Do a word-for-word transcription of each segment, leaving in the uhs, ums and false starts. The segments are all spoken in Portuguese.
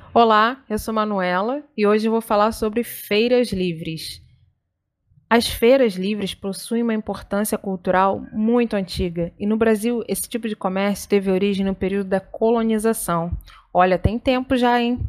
Olá, eu sou Manuela e hoje eu vou falar sobre feiras livres. As feiras livres possuem uma importância cultural muito antiga e no Brasil esse tipo de comércio teve origem no período da colonização. Olha, tem tempo já, hein?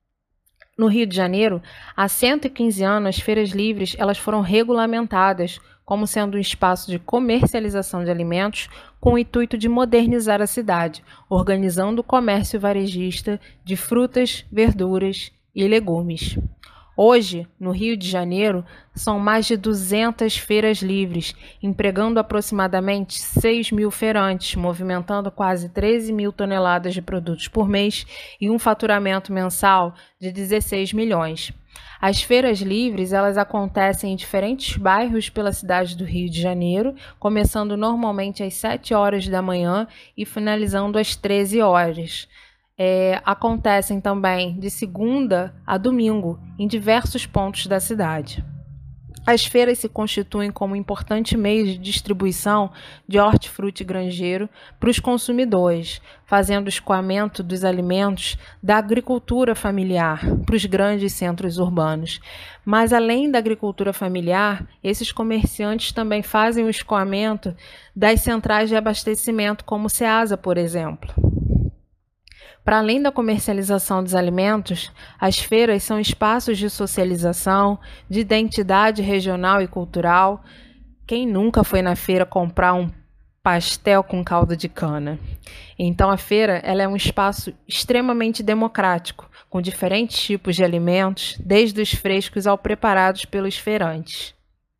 No Rio de Janeiro, há cento e quinze anos, as feiras livres elas foram regulamentadas como sendo um espaço de comercialização de alimentos com o intuito de modernizar a cidade, organizando o comércio varejista de frutas, verduras e legumes. Hoje, no Rio de Janeiro, são mais de duzentas feiras livres, empregando aproximadamente seis mil feirantes, movimentando quase treze mil toneladas de produtos por mês e um faturamento mensal de dezesseis milhões. As feiras livres elas acontecem em diferentes bairros pela cidade do Rio de Janeiro, começando normalmente às sete horas da manhã e finalizando às treze horas. É, acontecem também de segunda a domingo em diversos pontos da cidade. As feiras se constituem como um importante meio de distribuição de hortifruti granjeiro para os consumidores, fazendo o escoamento dos alimentos da agricultura familiar para os grandes centros urbanos. Mas, além da agricultura familiar, esses comerciantes também fazem o escoamento das centrais de abastecimento, como o Ceasa, por exemplo. Para além da comercialização dos alimentos, as feiras são espaços de socialização, de identidade regional e cultural. Quem nunca foi na feira comprar um pastel com caldo de cana? Então a feira ela é um espaço extremamente democrático, com diferentes tipos de alimentos, desde os frescos ao preparados pelos feirantes.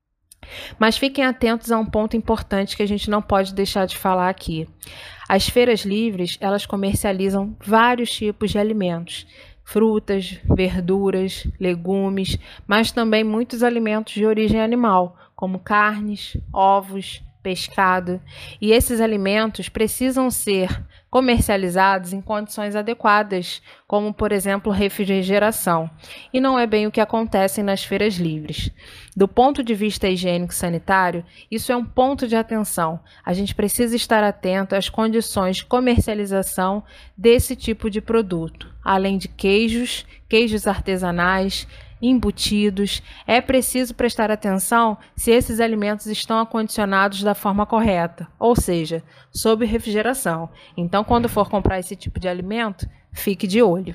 Mas fiquem atentos a um ponto importante que a gente não pode deixar de falar aqui. As feiras livres, elas comercializam vários tipos de alimentos, frutas, verduras, legumes, mas também muitos alimentos de origem animal, como carnes, ovos, pescado. E esses alimentos precisam ser comercializados em condições adequadas, como, por exemplo, refrigeração. E não é bem o que acontece nas feiras livres. Do ponto de vista higiênico-sanitário, isso é um ponto de atenção. A gente precisa estar atento às condições de comercialização desse tipo de produto, além de queijos, queijos artesanais, embutidos. É preciso prestar atenção se esses alimentos estão acondicionados da forma correta, ou seja, sob refrigeração. Então, quando for comprar esse tipo de alimento, fique de olho.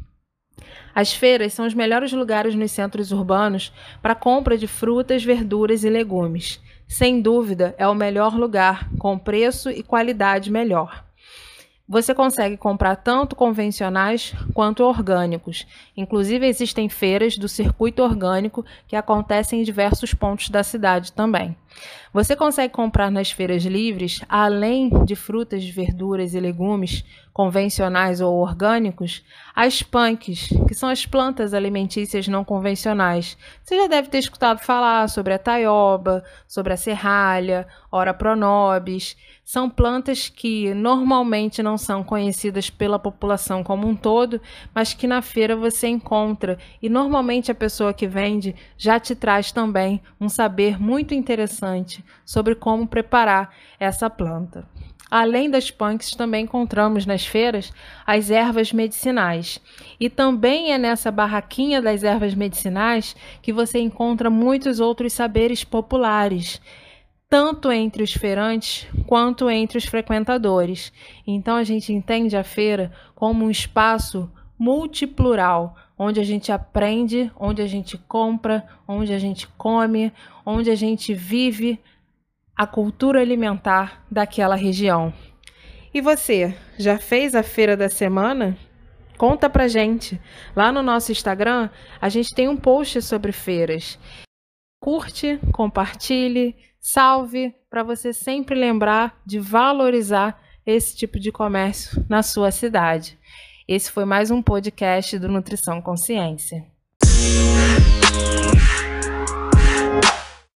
As feiras são os melhores lugares nos centros urbanos para compra de frutas, verduras e legumes. Sem dúvida, é o melhor lugar, com preço e qualidade melhor. Você consegue comprar tanto convencionais quanto orgânicos. Inclusive, existem feiras do circuito orgânico que acontecem em diversos pontos da cidade também. Você consegue comprar nas feiras livres, além de frutas, verduras e legumes convencionais ou orgânicos, as punks, que são as plantas alimentícias não convencionais. Você já deve ter escutado falar sobre a taioba, sobre a serralha, ora pronobis. São plantas que normalmente não são conhecidas pela população como um todo, mas que na feira você encontra. E normalmente a pessoa que vende já te traz também um saber muito interessante sobre como preparar essa planta. Além das punks, também encontramos nas feiras as ervas medicinais. E também é nessa barraquinha das ervas medicinais que você encontra muitos outros saberes populares, tanto entre os feirantes quanto entre os frequentadores. Então a gente entende a feira como um espaço multiplural, onde a gente aprende, onde a gente compra, onde a gente come, onde a gente vive a cultura alimentar daquela região. E você, já fez a feira da semana? Conta pra gente. Lá no nosso Instagram, a gente tem um post sobre feiras. Curte, compartilhe, salve, para você sempre lembrar de valorizar esse tipo de comércio na sua cidade. Esse foi mais um podcast do Nutrição Consciência.